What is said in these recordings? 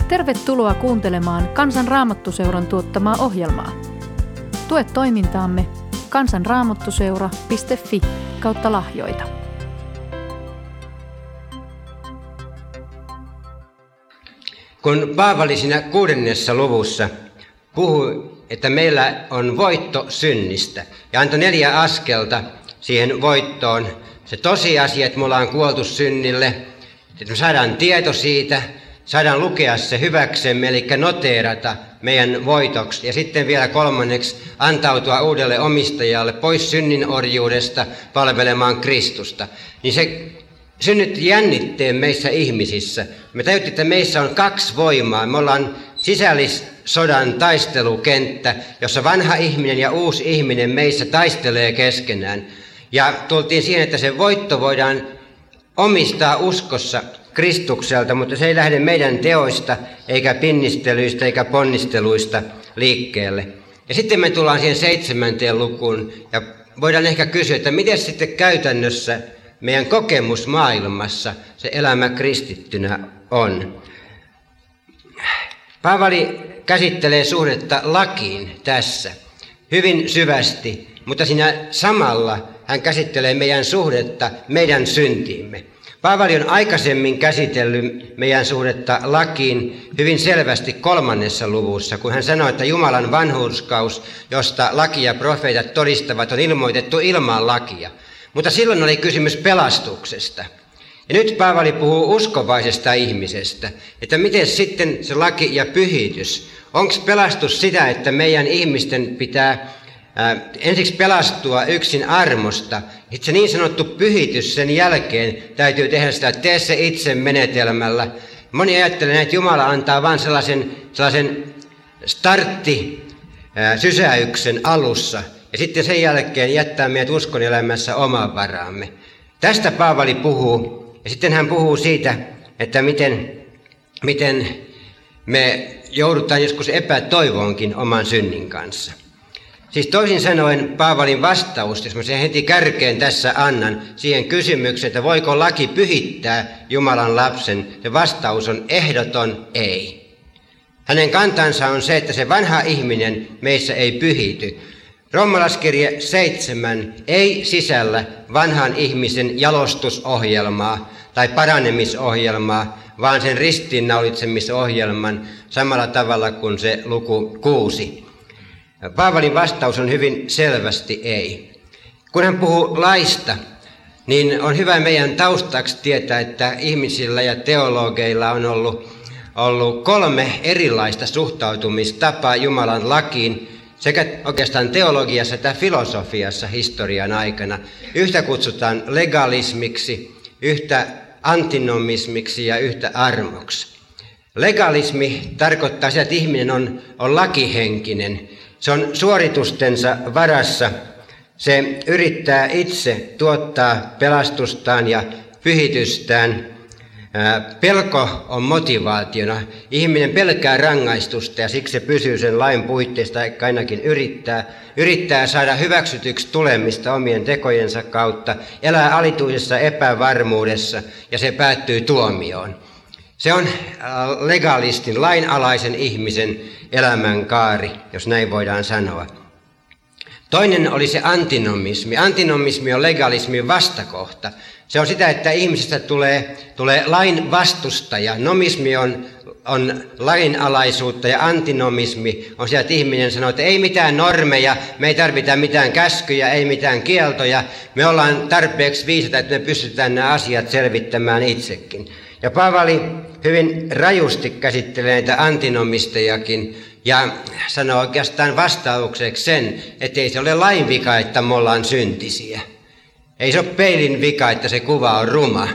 Tervetuloa kuuntelemaan Kansan Raamattuseuran tuottamaa ohjelmaa. Tue toimintaamme kansanraamattuseura.fi/lahjoita. Kun Paavali siinä 6. luvussa puhui, että meillä on voitto synnistä ja antoi 4 askelta siihen voittoon, se tosiasia, että me ollaan kuoltu synnille, että me saadaan tieto siitä, saadaan lukea se hyväksemme, eli noteerata meidän voitoksi. Ja sitten vielä 3. antautua uudelle omistajalle pois synnin orjuudesta palvelemaan Kristusta. Niin se synnytti jännitteen meissä ihmisissä. Me tajuttiin, että meissä on 2 voimaa. Me ollaan sisällissodan taistelukenttä, jossa vanha ihminen ja uusi ihminen meissä taistelee keskenään. Ja tultiin siihen, että se voitto voidaan omistaa uskossa Kristukselta, mutta se ei lähde meidän teoista, eikä pinnistelyistä, eikä ponnisteluista liikkeelle. Ja sitten me tullaan siihen 7. lukuun, ja voidaan ehkä kysyä, että miten sitten käytännössä meidän kokemus maailmassa, se elämä kristittynä on. Paavali käsittelee suhdetta lakiin tässä hyvin syvästi, mutta siinä samalla hän käsittelee meidän suhdetta meidän syntiimme. Paavali on aikaisemmin käsitellyt meidän suhdetta lakiin hyvin selvästi 3. luvussa, kun hän sanoi, että Jumalan vanhurskaus, josta laki ja profeetat todistavat, on ilmoitettu ilman lakia. Mutta silloin oli kysymys pelastuksesta. Ja nyt Paavali puhuu uskovaisesta ihmisestä, että miten sitten se laki ja pyhitys. Onko pelastus sitä, että meidän ihmisten pitää ensiksi pelastua yksin armosta. Sitten se niin sanottu pyhitys sen jälkeen täytyy tehdä sitä, että tee se itse menetelmällä. Moni ajattelee, että Jumala antaa vain sellaisen starttisysäyksen alussa. Ja sitten sen jälkeen jättää meidät uskon elämässä omaan varaamme. Tästä Paavali puhuu. Ja sitten hän puhuu siitä, että miten me joudutaan joskus epätoivoonkin oman synnin kanssa. Siis toisin sanoen Paavalin vastaus, jos mä sen heti kärkeen tässä annan, siihen kysymykseen, että voiko laki pyhittää Jumalan lapsen, se vastaus on ehdoton ei. Hänen kantansa on se, että se vanha ihminen meissä ei pyhity. Roomalaiskirje 7 ei sisällä vanhan ihmisen jalostusohjelmaa tai paranemisohjelmaa, vaan sen ristiinnaulitsemisohjelman samalla tavalla kuin se luku 6. Paavalin vastaus on hyvin selvästi ei. Kun hän puhuu laista, niin on hyvä meidän taustaksi tietää, että ihmisillä ja teologeilla on ollut 3 erilaista suhtautumistapaa Jumalan lakiin, sekä oikeastaan teologiassa että filosofiassa historian aikana. Yhtä kutsutaan legalismiksi, yhtä antinomismiksi ja yhtä armoksi. Legalismi tarkoittaa sitä, että ihminen on lakihenkinen. Se on suoritustensa varassa. Se yrittää itse tuottaa pelastustaan ja pyhitystään. Pelko on motivaationa. Ihminen pelkää rangaistusta ja siksi se pysyy sen lain puitteista, eikä ainakin yrittää saada hyväksytyksi tulemista omien tekojensa kautta, elää alituisessa epävarmuudessa ja se päättyy tuomioon. Se on legalistin, lainalaisen ihmisen elämänkaari, jos näin voidaan sanoa. Toinen oli se antinomismi. Antinomismi on legalismin vastakohta. Se on sitä, että ihmisestä tulee lain vastustaja. Nomismi on lainalaisuutta ja antinomismi on sitä, että ihminen sanoo, että ei mitään normeja, me ei tarvita mitään käskyjä, ei mitään kieltoja. Me ollaan tarpeeksi viisaita, että me pystytään nämä asiat selvittämään itsekin. Ja Paavali hyvin rajusti käsittelee näitä antinomistejakin ja sanoo oikeastaan vastaukseksi sen, että ei se ole lain vika, että me ollaan syntisiä. Ei se ole peilin vika, että se kuva on ruma,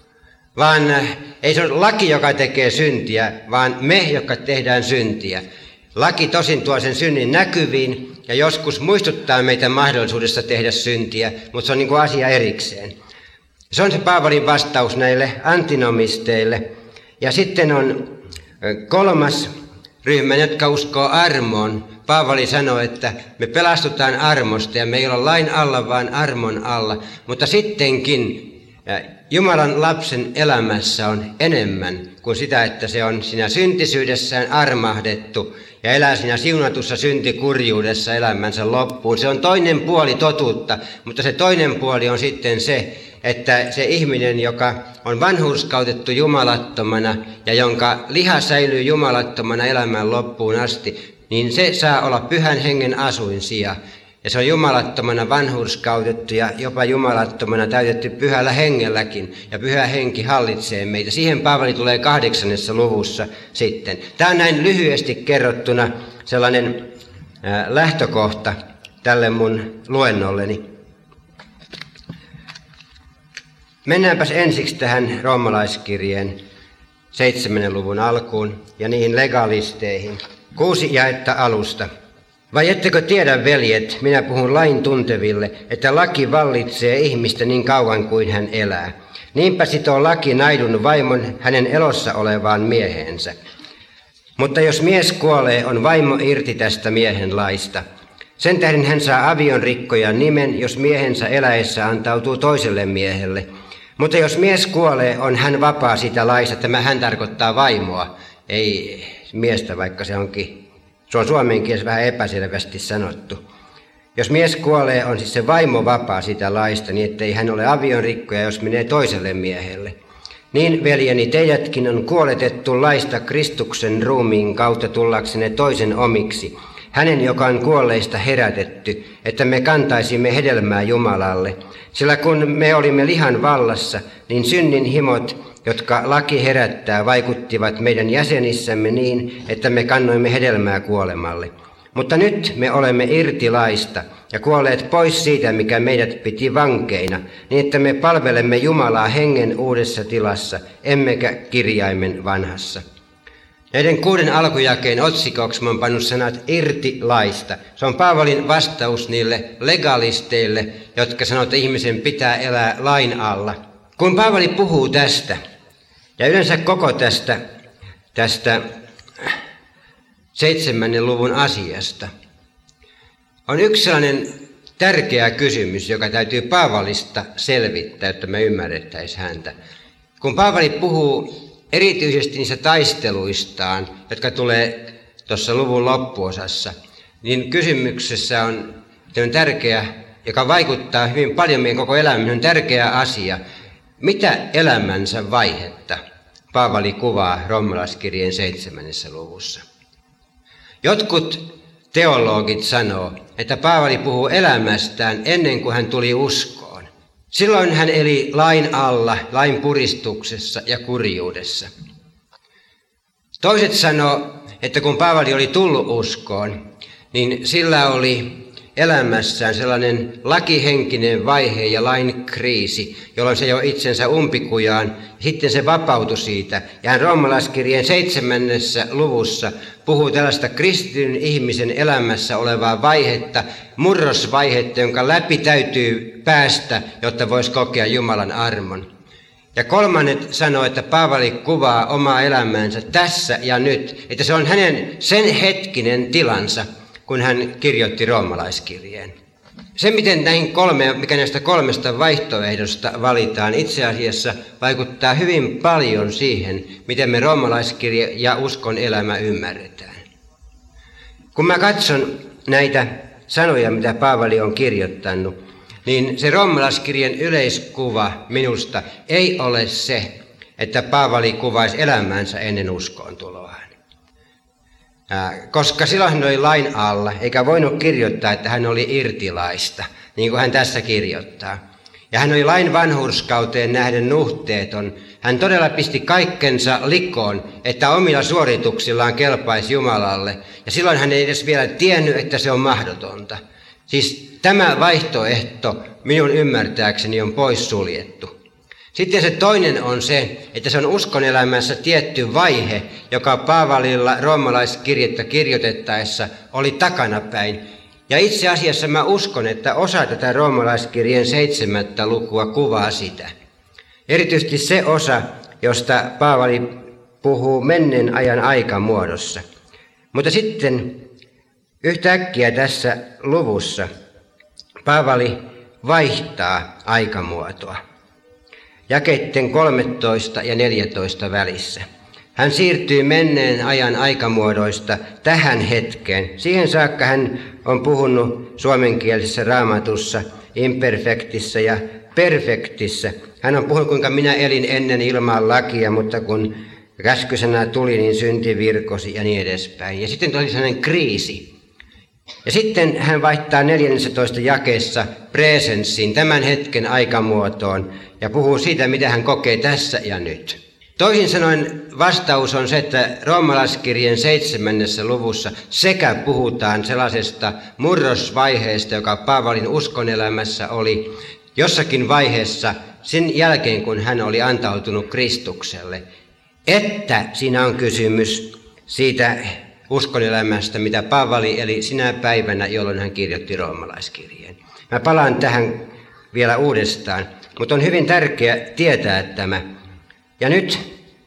vaan ei se ole laki, joka tekee syntiä, vaan me, jotka tehdään syntiä. Laki tosin tuo sen synnin näkyviin ja joskus muistuttaa meitä mahdollisuudesta tehdä syntiä, mutta se on niin kuin asia erikseen. Se on se Paavalin vastaus näille antinomisteille. Ja sitten on 3. ryhmä, jotka uskoo armoon. Paavali sanoi, että me pelastutaan armosta ja me ei olla lain alla, vaan armon alla. Mutta sittenkin Ja Jumalan lapsen elämässä on enemmän kuin sitä, että se on siinä syntisyydessään armahdettu ja elää siinä siunatussa syntikurjuudessa elämänsä loppuun. Se on toinen puoli totuutta, mutta se toinen puoli on sitten se, että se ihminen, joka on vanhurskautettu jumalattomana ja jonka liha säilyy jumalattomana elämän loppuun asti, niin se saa olla Pyhän Hengen asuinsija. Ja se on jumalattomana vanhurskautettu ja jopa jumalattomana täytetty Pyhällä Hengelläkin. Ja Pyhä Henki hallitsee meitä. Siihen Paavali tulee 8. luvussa sitten. Tämä on näin lyhyesti kerrottuna sellainen lähtökohta tälle mun luennolleni. Mennäänpäs ensiksi tähän roomalaiskirjeen 7. luvun alkuun ja niihin legalisteihin. 6 jaetta alusta. Vai ettekö tiedä, veljet, minä puhun lain tunteville, että laki vallitsee ihmistä niin kauan kuin hän elää. Niinpä sitoo laki naidun vaimon hänen elossa olevaan mieheensä. Mutta jos mies kuolee, on vaimo irti tästä miehen laista. Sen tähden hän saa avionrikkojan nimen, jos miehensä eläessä antautuu toiselle miehelle. Mutta jos mies kuolee, on hän vapaa sitä laista. Tämä hän tarkoittaa vaimoa, ei miestä, vaikka se on suomen kielessä vähän epäselvästi sanottu. Jos mies kuolee, on siis se vaimo vapaa sitä laista, niin ettei hän ole avionrikkoja, jos menee toiselle miehelle. Niin, veljeni, teidätkin on kuoletettu laista Kristuksen ruumiin kautta tullaksenne toisen omiksi. Hänen, joka on kuolleista herätetty, että me kantaisimme hedelmää Jumalalle. Sillä kun me olimme lihan vallassa, niin synnin himot, jotka laki herättää, vaikuttivat meidän jäsenissämme niin, että me kannoimme hedelmää kuolemalle. Mutta nyt me olemme irti laista ja kuolleet pois siitä, mikä meidät piti vankeina, niin että me palvelemme Jumalaa hengen uudessa tilassa, emmekä kirjaimen vanhassa. Näiden 6 alkujakeen otsikoksi mä oon pannut sanat irti laista. Se on Paavalin vastaus niille legalisteille, jotka sanoo, että ihmisen pitää elää lain alla. Kun Paavali puhuu tästä, ja yleensä koko tästä 7. luvun asiasta, on yksi sellainen tärkeä kysymys, joka täytyy Paavalista selvittää, että me ymmärrettäisiin häntä. Kun Paavali puhuu erityisesti niissä taisteluistaan, jotka tulee tuossa luvun loppuosassa, niin kysymyksessä on tärkeä, joka vaikuttaa hyvin paljon meidän koko elämään, on tärkeä asia. Mitä elämänsä vaihetta Paavali kuvaa roomalaiskirjeen 7. luvussa? Jotkut teologit sanoo, että Paavali puhuu elämästään ennen kuin hän tuli uskoon. Silloin hän eli lain alla, lain puristuksessa ja kurjuudessa. Toiset sanoo, että kun Paavali oli tullut uskoon, niin sillä oli elämässään sellainen lakihenkinen vaihe ja lain kriisi, jolloin se jo itsensä umpikujaan, sitten se vapautui siitä. Ja hän roomalaiskirjeen 7. luvussa puhuu tällaista kristityn ihmisen elämässä olevaa vaihetta, murrosvaihetta, jonka läpi täytyy päästä, jotta voisi kokea Jumalan armon. Ja kolmannet sanoo, että Paavali kuvaa omaa elämäänsä tässä ja nyt, että se on hänen sen hetkinen tilansa, kun hän kirjoitti roomalaiskirjeen. Se, mikä näistä 3 vaihtoehdosta valitaan, itse asiassa vaikuttaa hyvin paljon siihen, miten me roomalaiskirje ja uskon elämä ymmärretään. Kun mä katson näitä sanoja, mitä Paavali on kirjoittanut, niin se roomalaiskirjan yleiskuva minusta ei ole se, että Paavali kuvaisi elämäänsä ennen uskoontuloaan. Koska silloin hän oli lain alla, eikä voinut kirjoittaa, että hän oli irtilaista, niin kuin hän tässä kirjoittaa. Ja hän oli lain vanhurskauteen nähden nuhteeton. Hän todella pisti kaikkensa likoon, että omilla suorituksillaan kelpaisi Jumalalle. Ja silloin hän ei edes vielä tiennyt, että se on mahdotonta. Siis tämä vaihtoehto minun ymmärtääkseni on poissuljettu. Sitten se toinen on se, että se on uskonelämässä tietty vaihe, joka Paavalilla roomalaiskirjettä kirjoitettaessa oli takanapäin. Ja itse asiassa mä uskon, että osa tätä roomalaiskirjeen 7. lukua kuvaa sitä. Erityisesti se osa, josta Paavali puhuu menneen ajan aikamuodossa. Mutta sitten yhtäkkiä tässä luvussa Paavali vaihtaa aikamuotoa. jakeitten 13 ja 14 välissä. Hän siirtyy menneen ajan aikamuodoista tähän hetkeen. Siihen saakka hän on puhunut suomenkielisessä raamatussa, imperfektissä ja perfektissä. Hän on puhunut, kuinka minä elin ennen ilman lakia, mutta kun käskysana tuli, niin synti virkosi ja niin edespäin. Ja sitten tuli sellainen kriisi. Ja sitten hän vaihtaa 14 jakeessa presenssiin, tämän hetken aikamuotoon, ja puhuu siitä, mitä hän kokee tässä ja nyt. Toisin sanoen vastaus on se, että roomalaiskirjeen 7. luvussa sekä puhutaan sellaisesta murrosvaiheesta, joka Paavalin uskonelämässä oli jossakin vaiheessa sen jälkeen, kun hän oli antautunut Kristukselle, että siinä on kysymys siitä uskonelämästä, mitä Paavali eli sinä päivänä, jolloin hän kirjoitti roomalaiskirjeen. Mä palaan tähän vielä uudestaan, mutta on hyvin tärkeää tietää tämä. Ja nyt,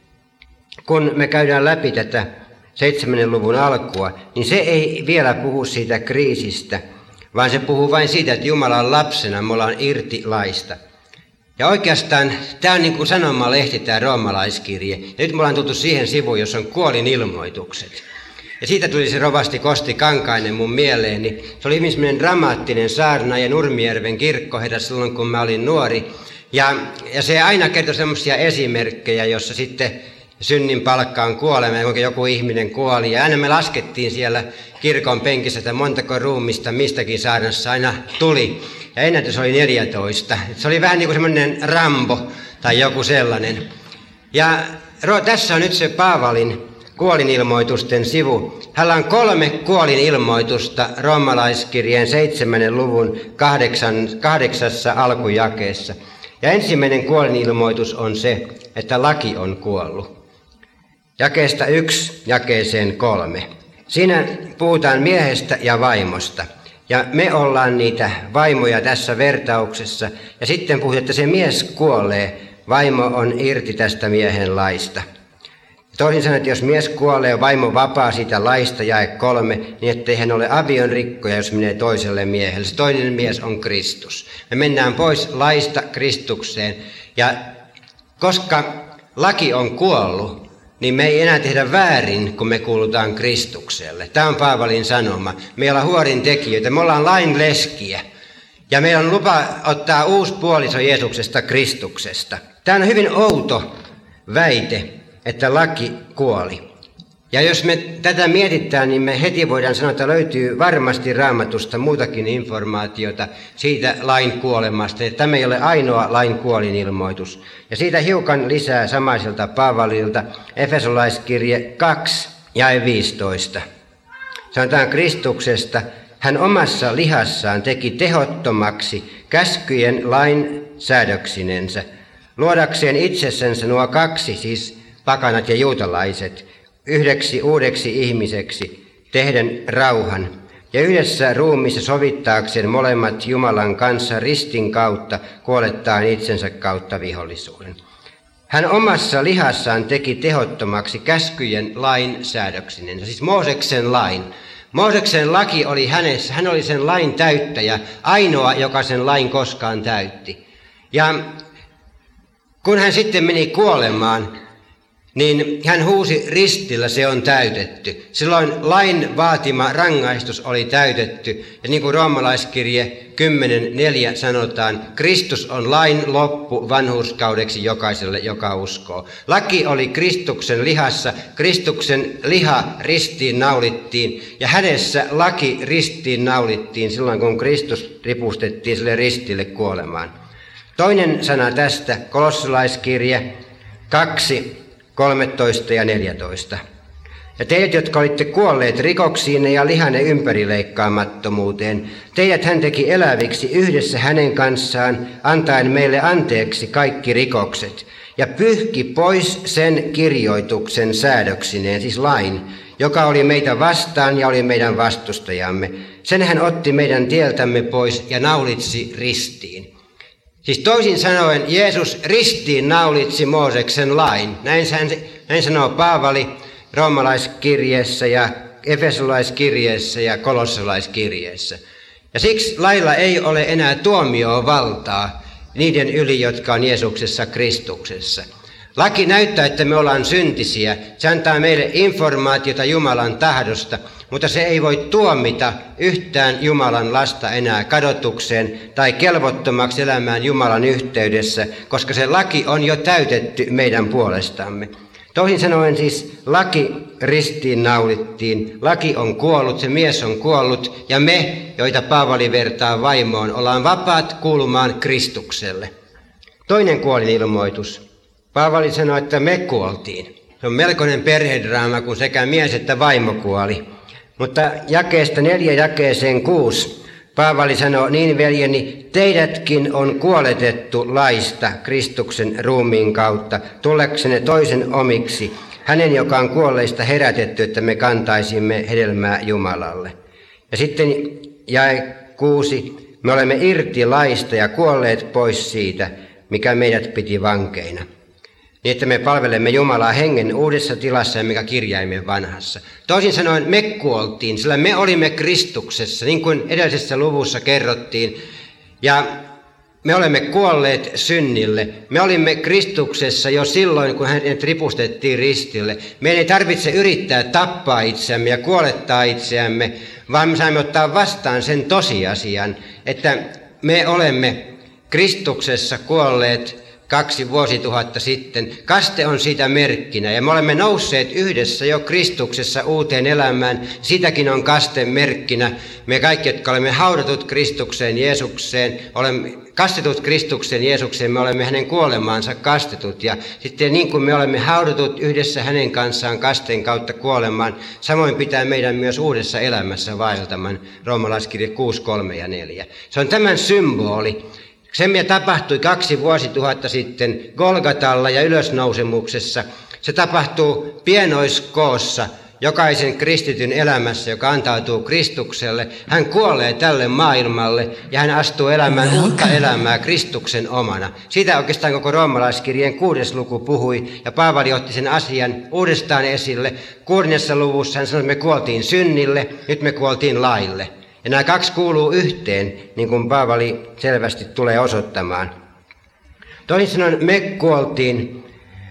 kun me käydään läpi tätä 7. luvun alkua, niin se ei vielä puhu siitä kriisistä, vaan se puhuu vain siitä, että Jumalan lapsena me ollaan irti laista. Ja oikeastaan tämä on niin kuin sanomalehti, tämä roomalaiskirje. Ja nyt me ollaan tultu siihen sivuun, jossa on kuolinilmoitukset. Ja siitä tuli se rovasti Kosti Kankainen mun mieleeni. Se oli hyvin semmoinen dramaattinen saarna ja Nurmijärven kirkkoherra silloin, kun mä olin nuori. Ja se aina kertoi semmoisia esimerkkejä, jossa sitten synnin palkka on kuolema, ja joku ihminen kuoli. Ja aina me laskettiin siellä kirkon penkissä, että montako ruumista mistäkin saarnassa aina tuli. Ja ennätys oli 14. Se oli vähän niin kuin semmoinen Rambo tai joku sellainen. Ja tässä on nyt se Paavalin kuolinilmoitusten sivu. Hänellä on 3 kuolinilmoitusta roomalaiskirjeen 7. luvun 8. alkujakeessa. Ja ensimmäinen kuolinilmoitus on se, että laki on kuollut. Jakeesta 1 jakeeseen 3. Siinä puhutaan miehestä ja vaimosta. Ja me ollaan niitä vaimoja tässä vertauksessa. Ja sitten puhutaan, että se mies kuolee, vaimo on irti tästä miehen laista. Toisin sanoen, että jos mies kuolee, vaimo vapaa siitä laista, jae 3, niin ettei hän ole avion rikkoja, jos menee toiselle miehelle. Se toinen mies on Kristus. Me mennään pois laista Kristukseen. Ja koska laki on kuollut, niin me ei enää tehdä väärin, kun me kuulutaan Kristukselle. Tämä on Paavalin sanoma. Me ollaan huorin tekijöitä, me ollaan lain leskiä. Ja meillä on lupa ottaa uusi puoliso Jeesuksesta Kristuksesta. Tämä on hyvin outo väite, että laki kuoli. Ja jos me tätä mietitään, niin me heti voidaan sanoa, että löytyy varmasti Raamatusta muutakin informaatiota siitä lain kuolemasta. Ja tämä ei ole ainoa lain kuolinilmoitus. Ja siitä hiukan lisää samaiselta Paavalilta Efesolaiskirje 2, jae 15. Sanotaan Kristuksesta, hän omassa lihassaan teki tehottomaksi käskyjen lain säädöksinensä, luodakseen itsessänsä nuo 2, siis pakanat ja juutalaiset, yhdeksi uudeksi ihmiseksi, tehden rauhan, ja yhdessä ruumiissa sovittaakseen molemmat Jumalan kanssa ristin kautta kuolettaan itsensä kautta vihollisuuden. Hän omassa lihassaan teki tehottomaksi käskyjen lain säädöksinen, siis Mooseksen lain. Mooseksen laki oli hänessä, hän oli sen lain täyttäjä, ainoa, joka sen lain koskaan täytti. Ja kun hän sitten meni kuolemaan, niin hän huusi ristillä, se on täytetty. Silloin lain vaatima rangaistus oli täytetty. Ja niin kuin roomalaiskirje 10.4 sanotaan, Kristus on lain loppu vanhurskaudeksi jokaiselle, joka uskoo. Laki oli Kristuksen lihassa, Kristuksen liha ristiin naulittiin ja hänessä laki ristiin naulittiin silloin, kun Kristus ripustettiin sille ristille kuolemaan. Toinen sana tästä, kolossalaiskirje 2, 13 ja 14. Ja teidät, jotka olitte kuolleet rikoksiinne ja lihanne ympärileikkaamattomuuteen, teidät hän teki eläviksi yhdessä hänen kanssaan, antaen meille anteeksi kaikki rikokset, ja pyyhki pois sen kirjoituksen säädöksineen, siis lain, joka oli meitä vastaan ja oli meidän vastustajamme. Sen hän otti meidän tieltämme pois ja naulitsi ristiin. Siis toisin sanoen Jeesus ristiin naulitsi Mooseksen lain. Näin sanoo Paavali roomalaiskirjeessä ja efesolaiskirjeessä ja kolossalaiskirjeessä. Ja siksi lailla ei ole enää tuomiovaltaa. niiden yli, jotka on Jeesuksessa Kristuksessa. Laki näyttää, että me ollaan syntisiä. Se antaa meille informaatiota Jumalan tahdosta, mutta se ei voi tuomita yhtään Jumalan lasta enää kadotukseen tai kelvottomaksi elämään Jumalan yhteydessä, koska se laki on jo täytetty meidän puolestamme. Toisin sanoen siis laki ristiin naulittiin, laki on kuollut, se mies on kuollut ja me, joita Paavali vertaa vaimoon, ollaan vapaat kuulumaan Kristukselle. Toinen kuolinilmoitus. Paavali sanoi, että me kuoltiin. Se on melkoinen perhedraama, kun sekä mies että vaimo kuoli. Mutta jakeesta 4 jakeeseen 6 Paavali sanoo, niin veljeni, teidätkin on kuoletettu laista Kristuksen ruumiin kautta, tulleksenne toisen omiksi, hänen, joka on kuolleista herätetty, että me kantaisimme hedelmää Jumalalle. Ja sitten jae 6, me olemme irti laista ja kuolleet pois siitä, mikä meidät piti vankeina. Niin, että me palvelemme Jumalaa hengen uudessa tilassa ja mikä kirjaimen vanhassa. Toisin sanoen me kuoltiin, sillä me olimme Kristuksessa, niin kuin edellisessä luvussa kerrottiin. Ja me olemme kuolleet synnille. Me olimme Kristuksessa jo silloin, kun hänet ripustettiin ristille. Meidän ei tarvitse yrittää tappaa itseämme ja kuolettaa itseämme, vaan me saimme ottaa vastaan sen tosiasian, että me olemme Kristuksessa kuolleet 2 vuosituhatta sitten. Kaste on siitä merkkinä ja me olemme nousseet yhdessä jo Kristuksessa uuteen elämään. Sitäkin on kaste merkkinä. Me kaikki, jotka olemme haudatut Kristukseen Jeesukseen, olemme kastetut Kristukseen Jeesukseen, me olemme hänen kuolemaansa kastetut. Ja sitten niin kuin me olemme haudatut yhdessä hänen kanssaan kasteen kautta kuolemaan, samoin pitää meidän myös uudessa elämässä vaeltamaan. Roomalaiskirje 6, 3 ja 4. Se on tämän symboli. Se, mitä tapahtui 2 vuosituhatta sitten Golgatalla ja ylösnousemuksessa, se tapahtuu pienoiskoossa jokaisen kristityn elämässä, joka antautuu Kristukselle. Hän kuolee tälle maailmalle ja hän astuu elämään uutta elämää Kristuksen omana. Siitä oikeastaan koko roomalaiskirjeen 6. luku puhui ja Paavali otti sen asian uudestaan esille. 6. luvussa hän sanoi, että me kuoltiin synnille, nyt me kuoltiin laille. Ja nämä kaksi kuuluu yhteen, niin kuin Paavali selvästi tulee osoittamaan. Toisin sanoen me kuoltiin,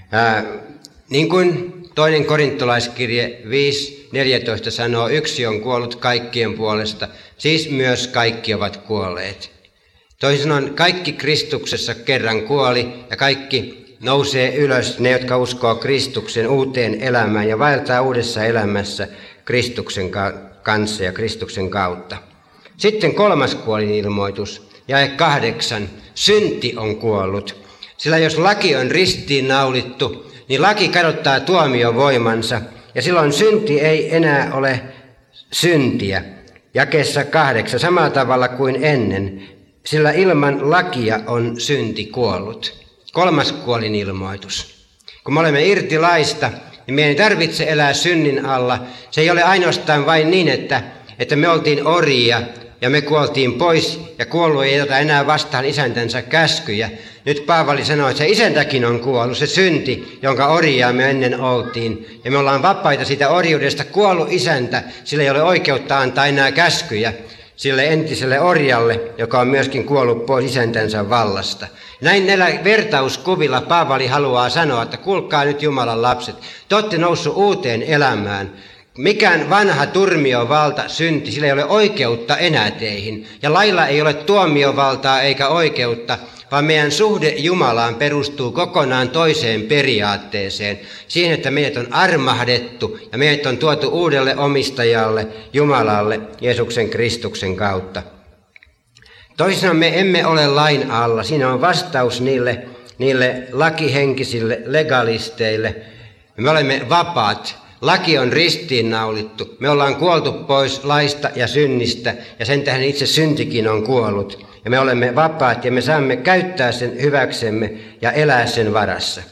niin kuin 2. korintolaiskirje 5.14 sanoo, yksi on kuollut kaikkien puolesta, siis myös kaikki ovat kuolleet. Toisin sanoen kaikki Kristuksessa kerran kuoli ja kaikki nousee ylös, ne jotka uskoo Kristuksen uuteen elämään ja vaeltaa uudessa elämässä Kristuksen kanssa ja Kristuksen kautta. Sitten 3. kuolinilmoitus, jae 8. Synti on kuollut. Sillä jos laki on ristiin naulittu, niin laki kadottaa tuomiovoimansa ja silloin synti ei enää ole syntiä. Jakeessa 8. Samalla tavalla kuin ennen, sillä ilman lakia on synti kuollut. 3. kuolinilmoitus. Kun me olemme irti laista, niin meidän ei tarvitse elää synnin alla. Se ei ole ainoastaan vain niin, että me oltiin orjia ja me kuoltiin pois ja kuollut ei ota enää vastaan isäntänsä käskyjä. Nyt Paavali sanoi, että se isäntäkin on kuollut, se synti, jonka orjia me ennen oltiin. Ja me ollaan vapaita siitä orjuudesta. Kuollut isäntä, sillä ei ole oikeutta antaa enää käskyjä sille entiselle orjalle, joka on myöskin kuollut pois isäntänsä vallasta. Näin näillä vertauskuvilla Paavali haluaa sanoa, että kuulkaa nyt Jumalan lapset, te olette noussut uuteen elämään. Mikään vanha turmiovalta, synti, sillä ei ole oikeutta enää teihin. Ja lailla ei ole tuomiovaltaa eikä oikeutta, vaan meidän suhde Jumalaan perustuu kokonaan toiseen periaatteeseen. Siihen, että meidät on armahdettu ja meidät on tuotu uudelle omistajalle, Jumalalle, Jeesuksen Kristuksen kautta. Toisin sanoen me emme ole lain alla. Siinä on vastaus niille lakihenkisille legalisteille. Me olemme vapaat. Laki on ristiinnaulittu. Me ollaan kuoltu pois laista ja synnistä ja sen tähden itse syntikin on kuollut. Ja me olemme vapaat ja me saamme käyttää sen hyväksemme ja elää sen varassa.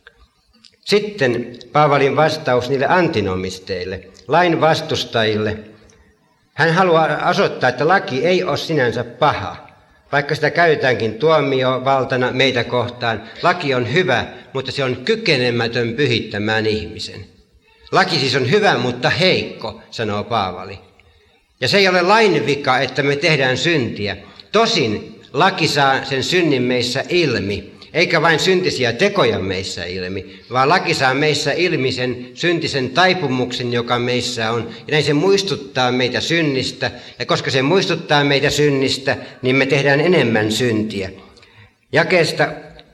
Sitten Paavalin vastaus niille antinomisteille, lain vastustajille. Hän haluaa osoittaa, että laki ei ole sinänsä paha. Vaikka sitä käytetäänkin tuomiovaltana meitä kohtaan, laki on hyvä, mutta se on kykenemätön pyhittämään ihmisen. Laki siis on hyvä, mutta heikko, sanoo Paavali. Ja se ei ole lain vika, että me tehdään syntiä. Tosin laki saa sen synnin meissä ilmi, eikä vain syntisiä tekoja meissä ilmi, vaan laki saa meissä ilmi sen syntisen taipumuksen, joka meissä on. Ja näin se muistuttaa meitä synnistä, ja koska se muistuttaa meitä synnistä, niin me tehdään enemmän syntiä. Jakeesta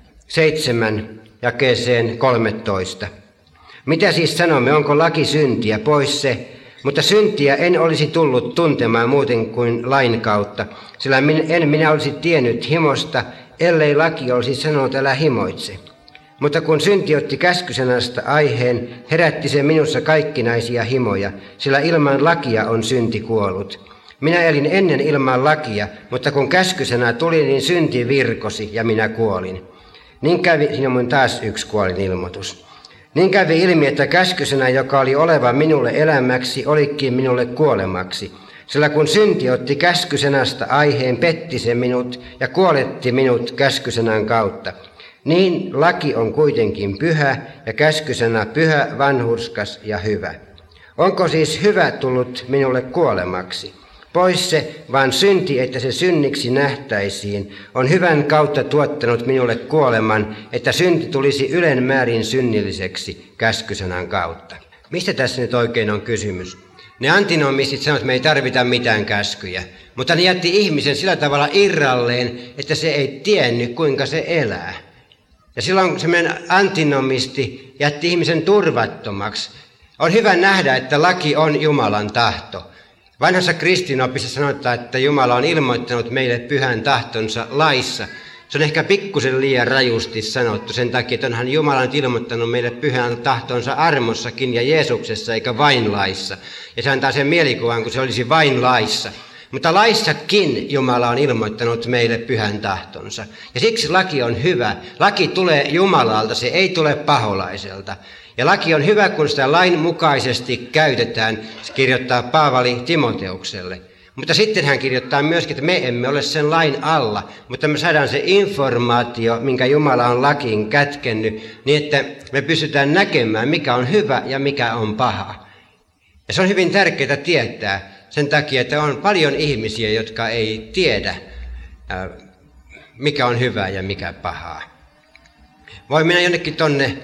7 jakeeseen 13. Mitä siis sanomme, onko laki syntiä? Pois se. Mutta syntiä en olisi tullut tuntemaan muuten kuin lain kautta, sillä en minä olisi tiennyt himosta, ellei laki olisi sanonut, älä himoitse. Mutta kun synti otti käskysanasta aiheen, herätti se minussa kaikkinaisia himoja, sillä ilman lakia on synti kuollut. Minä elin ennen ilman lakia, mutta kun käskysana tuli, niin synti virkosi ja minä kuolin. Niin kävi, siinä on taas yksi kuolinilmoitus. Niin kävi ilmi, että käskysana, joka oli oleva minulle elämäksi, olikin minulle kuolemaksi. Sillä kun synti otti käskysanasta aiheen, petti se minut ja kuoletti minut käskysanan kautta. Niin laki on kuitenkin pyhä ja käskysana pyhä, vanhurskas ja hyvä. Onko siis hyvä tullut minulle kuolemaksi? Pois se, vaan synti, että se synniksi nähtäisiin, on hyvän kautta tuottanut minulle kuoleman, että synti tulisi ylen määrin synnilliseksi käskysanan kautta. Mistä tässä nyt oikein on kysymys? Ne antinomistit sanoivat, että me ei tarvita mitään käskyjä, mutta ne jätti ihmisen sillä tavalla irralleen, että se ei tiennyt, kuinka se elää. Ja silloin semmoinen antinomisti jätti ihmisen turvattomaksi. On hyvä nähdä, että laki on Jumalan tahto. Vanhassa kristinopissa sanotaan, että Jumala on ilmoittanut meille pyhän tahtonsa laissa. Se on ehkä pikkusen liian rajusti sanottu sen takia, että onhan Jumala nyt ilmoittanut meille pyhän tahtonsa armossakin ja Jeesuksessa eikä vain laissa. Ja se antaa sen mielikuvan, kun se olisi vain laissa. Mutta laissakin Jumala on ilmoittanut meille pyhän tahtonsa. Ja siksi laki on hyvä. Laki tulee Jumalalta, se ei tule paholaiselta. Ja laki on hyvä, kun sitä lain mukaisesti käytetään, se kirjoittaa Paavali Timoteukselle. Mutta sitten hän kirjoittaa myöskin, että me emme ole sen lain alla, mutta me saadaan se informaatio, minkä Jumala on lakiin kätkennyt, niin että me pystytään näkemään, mikä on hyvä ja mikä on paha. Ja se on hyvin tärkeää tietää sen takia, että on paljon ihmisiä, jotka ei tiedä, mikä on hyvä ja mikä pahaa. Voi mennä jonnekin tonne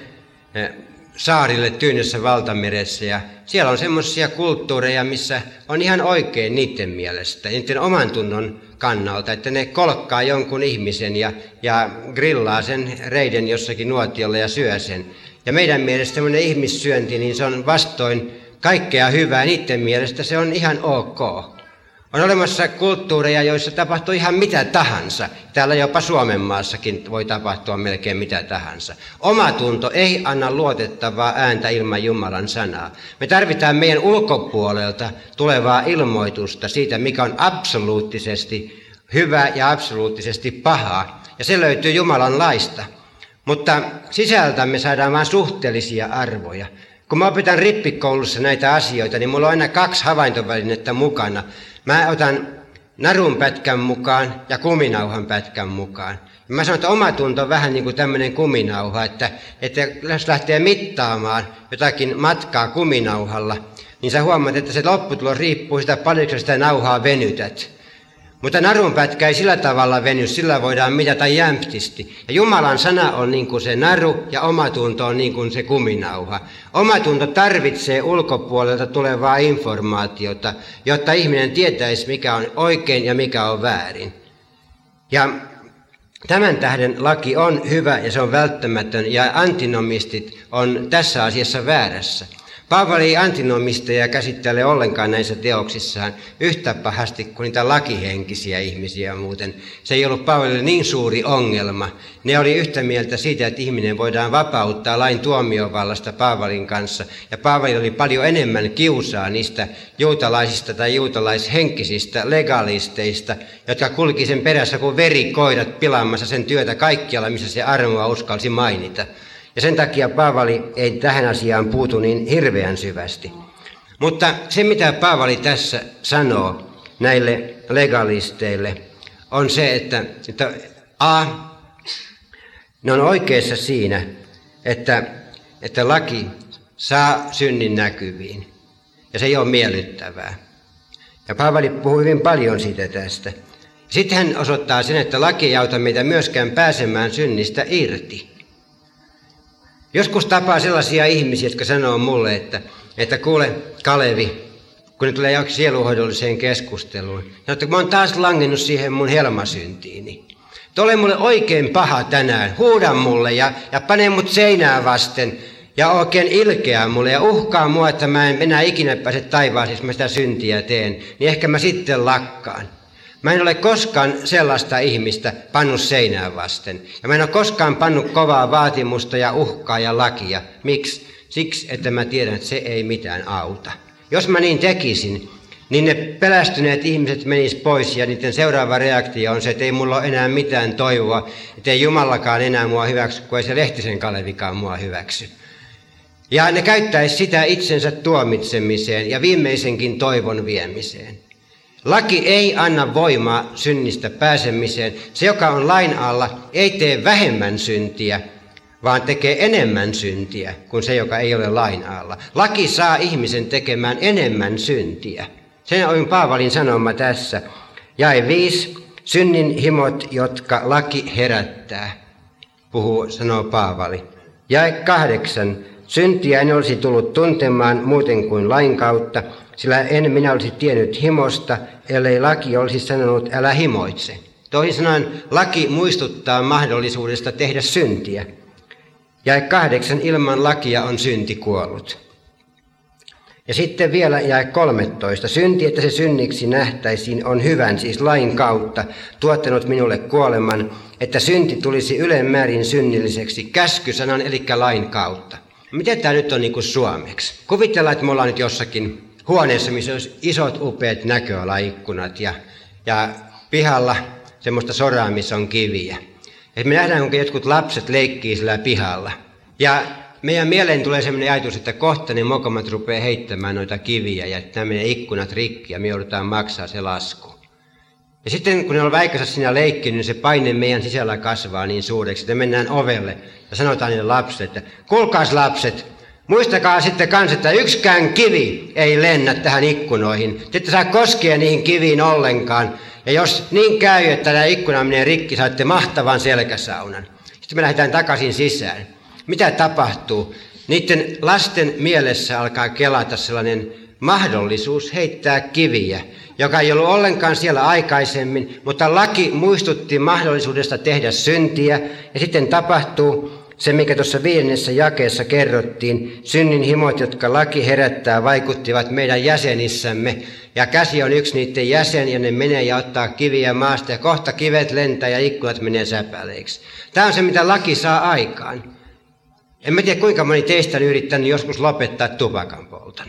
saarille Tyynessä valtameressä ja siellä on semmoisia kulttuureja, missä on ihan oikein niiden mielestä, niiden oman tunnon kannalta, että ne kolkkaa jonkun ihmisen ja grillaa sen reiden jossakin nuotiolla ja syö sen. Ja meidän mielestä semmoinen ihmissyönti, niin se on vastoin kaikkea hyvää, niiden mielestä se on ihan ok. On olemassa kulttuureja, joissa tapahtuu ihan mitä tahansa. Täällä jopa Suomen maassakin voi tapahtua melkein mitä tahansa. Omatunto ei anna luotettavaa ääntä ilman Jumalan sanaa. Me tarvitaan meidän ulkopuolelta tulevaa ilmoitusta siitä, mikä on absoluuttisesti hyvä ja absoluuttisesti pahaa. Ja se löytyy Jumalan laista. Mutta sisältä me saadaan vain suhteellisia arvoja. Kun mä opetan rippikoulussa näitä asioita, niin mulla on aina 2 havaintovälinettä mukana. Mä otan narun pätkän mukaan ja kuminauhan pätkän mukaan. Ja mä sanon, että omatunto on vähän niin kuin tämmöinen kuminauha, että jos lähtee mittaamaan jotakin matkaa kuminauhalla, niin sä huomaat, että se lopputulos riippuu sitä, paljonko sitä nauhaa venytät. Mutta narunpätkä ei sillä tavalla veny, sillä voidaan mitata jämptisti. Ja Jumalan sana on niin kuin se naru ja omatunto on niin kuin se kuminauha. Omatunto tarvitsee ulkopuolelta tulevaa informaatiota, jotta ihminen tietäisi, mikä on oikein ja mikä on väärin. Ja tämän tähden laki on hyvä ja se on välttämätön ja antinomistit on tässä asiassa väärässä. Paavali ei antinomisteja käsittele ollenkaan näissä teoksissaan yhtä pahasti kuin niitä lakihenkisiä ihmisiä muuten. Se ei ollut Paavalille niin suuri ongelma. Ne oli yhtä mieltä siitä, että ihminen voidaan vapauttaa lain tuomiovallasta Paavalin kanssa. Ja Paavali oli paljon enemmän kiusaa niistä juutalaisista tai juutalaishenkisistä legalisteista, jotka kulki sen perässä kuin verikoirat pilaamassa sen työtä kaikkialla, missä se armoa uskalsi mainita. Ja sen takia Paavali ei tähän asiaan puutu niin hirveän syvästi. Mutta se, mitä Paavali tässä sanoo näille legalisteille, on se, että ne on oikeassa siinä, että laki saa synnin näkyviin. Ja se ei ole miellyttävää. Ja Paavali puhuu hyvin paljon siitä tästä. Sitten hän osoittaa sen, että laki ei auta meitä myöskään pääsemään synnistä irti. Joskus tapaa sellaisia ihmisiä, jotka sanoo mulle, että kuule Kalevi, kun ne tulee sieluhoidolliseen keskusteluun, että mä oon taas langennut siihen mun helmasyntiini. Ole mulle oikein paha tänään, huuda mulle ja pane mut seinää vasten ja oikein ilkeä mulle ja uhkaa mua, että mä en enää ikinä pääse taivaaseen, jos mä sitä syntiä teen, niin ehkä mä sitten lakkaan. Mä en ole koskaan sellaista ihmistä pannut seinää vasten. Ja mä en ole koskaan pannut kovaa vaatimusta ja uhkaa ja lakia. Miksi? Siksi, että mä tiedän, että se ei mitään auta. Jos mä niin tekisin, niin ne pelästyneet ihmiset menis pois ja niiden seuraava reaktio on se, että ei mulla ole enää mitään toivoa, että ei Jumalakaan enää mua hyväksy, kun ei se Lehtisen Kalevikaan mua hyväksy. Ja ne käyttäisi sitä itsensä tuomitsemiseen ja viimeisenkin toivon viemiseen. Laki ei anna voimaa synnistä pääsemiseen. Se, joka on lain alla, ei tee vähemmän syntiä, vaan tekee enemmän syntiä kuin se, joka ei ole lain alla. Laki saa ihmisen tekemään enemmän syntiä. Se on Paavalin sanoma tässä. Jae 5. Synnin himot, jotka laki herättää, sanoo Paavali. Jae 8. Syntiä en olisi tullut tuntemaan muuten kuin lain kautta, sillä en minä olisi tiennyt himosta, ellei laki olisi sanonut, älä himoitse. Toisin sanoen, laki muistuttaa mahdollisuudesta tehdä syntiä. Jae 8, ilman lakia on synti kuollut. Ja sitten vielä jae 13. Synti, että se synniksi nähtäisiin, on hyvän, siis lain kautta, tuottanut minulle kuoleman, että synti tulisi ylemmäärin synnilliseksi käskysanan, eli lain kautta. Miten tämä nyt on niin kuin suomeksi? Kuvitellaan, että me ollaan nyt jossakin huoneessa, missä olisi isot upeat näköalaikkunat ja pihalla semmoista soraa, missä on kiviä. Ja me nähdään, kuinka jotkut lapset leikkii sillä pihalla. Ja meidän mieleen tulee semmoinen ajatus, että kohta ne mokomat rupeaa heittämään noita kiviä ja nämä menee ikkunat rikki ja me joudutaan maksaa se lasku. Ja sitten kun ne on väikänsä siinä leikkinyt, niin se paine meidän sisällä kasvaa niin suureksi, että mennään ovelle ja sanotaan niille lapsille, että kuulkaas lapset, muistakaa sitten kanssa, että yksikään kivi ei lennä tähän ikkunoihin. Te ette saa koskea niihin kiviin ollenkaan. Ja jos niin käy, että tämä ikkuna menee rikki, saatte mahtavan selkäsaunan. Sitten me lähdetään takaisin sisään. Mitä tapahtuu? Niiden lasten mielessä alkaa kelata sellainen mahdollisuus heittää kiviä, joka ei ollut ollenkaan siellä aikaisemmin, mutta laki muistutti mahdollisuudesta tehdä syntiä. Ja sitten tapahtuu se, mikä tuossa 5. jakeessa kerrottiin, synnin himot, jotka laki herättää, vaikuttivat meidän jäsenissämme. Ja käsi on yksi niiden jäsen, ja ne menee ja ottaa kiviä maasta, ja kohta kivet lentää ja ikkunat menee säpäleiksi. Tämä on se, mitä laki saa aikaan. En mä tiedä, kuinka moni teistä on yrittänyt joskus lopettaa tupakan polton.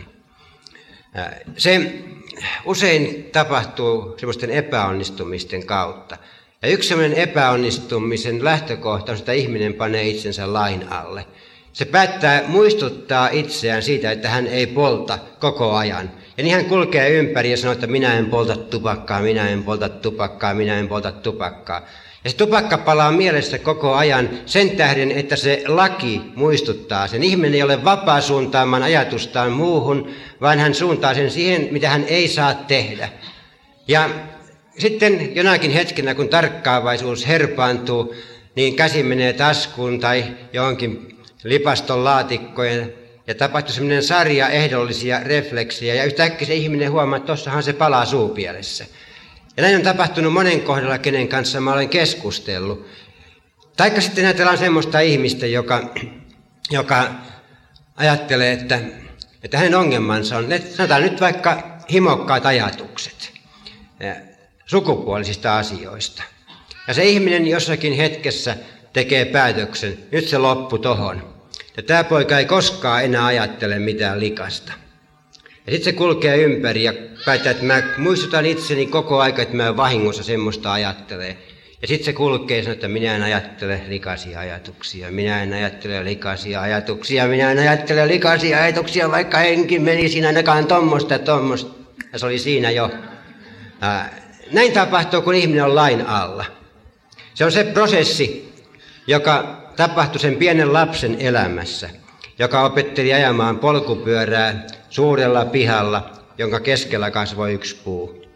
Se usein tapahtuu semmoisten epäonnistumisten kautta. Ja yksi semmoinen epäonnistumisen lähtökohta on, että ihminen panee itsensä lain alle. Se päättää muistuttaa itseään siitä, että hän ei polta koko ajan. Ja niin hän kulkee ympäri ja sanoo, että minä en polta tupakkaa, minä en polta tupakkaa, minä en polta tupakkaa. Ja se tupakka palaa mielessä koko ajan sen tähden, että se laki muistuttaa sen. Ihminen ei ole vapaa suuntaamaan ajatustaan muuhun, vaan hän suuntaa sen siihen, mitä hän ei saa tehdä. Ja sitten jonakin hetkenä, kun tarkkaavaisuus herpaantuu, niin käsi menee taskuun tai johonkin lipaston laatikkojen ja tapahtuu sellainen sarja ehdollisia refleksejä ja yhtäkkiä se ihminen huomaa, että tossahan se palaa suupielessä. Ja näin on tapahtunut monen kohdalla, kenen kanssa mä olen keskustellut. Taikka sitten ajatellaan semmoista ihmistä, joka ajattelee, että hänen ongelmansa on, sanotaan nyt vaikka himokkaat ajatukset sukupuolisista asioista. Ja se ihminen jossakin hetkessä tekee päätöksen, nyt se loppu tohon. Ja tämä poika ei koskaan enää ajattele mitään likasta. Ja sitten se kulkee ympäri ja päättää, että mä muistutan itseni koko aika, että mä vahingossa semmoista ajattelee. Ja sitten se kulkee ja sanoo, että minä en ajattele likaisia ajatuksia, minä en ajattele likaisia ajatuksia, minä en ajattele likaisia ajatuksia, vaikka henki menisi ainakaan tommoista ja tommoista. Ja se oli siinä jo. Näin tapahtuu, kun ihminen on lain alla. Se on se prosessi, joka tapahtui sen pienen lapsen elämässä, joka opetteli ajamaan polkupyörää suurella pihalla, jonka keskellä kasvoi yksi puu.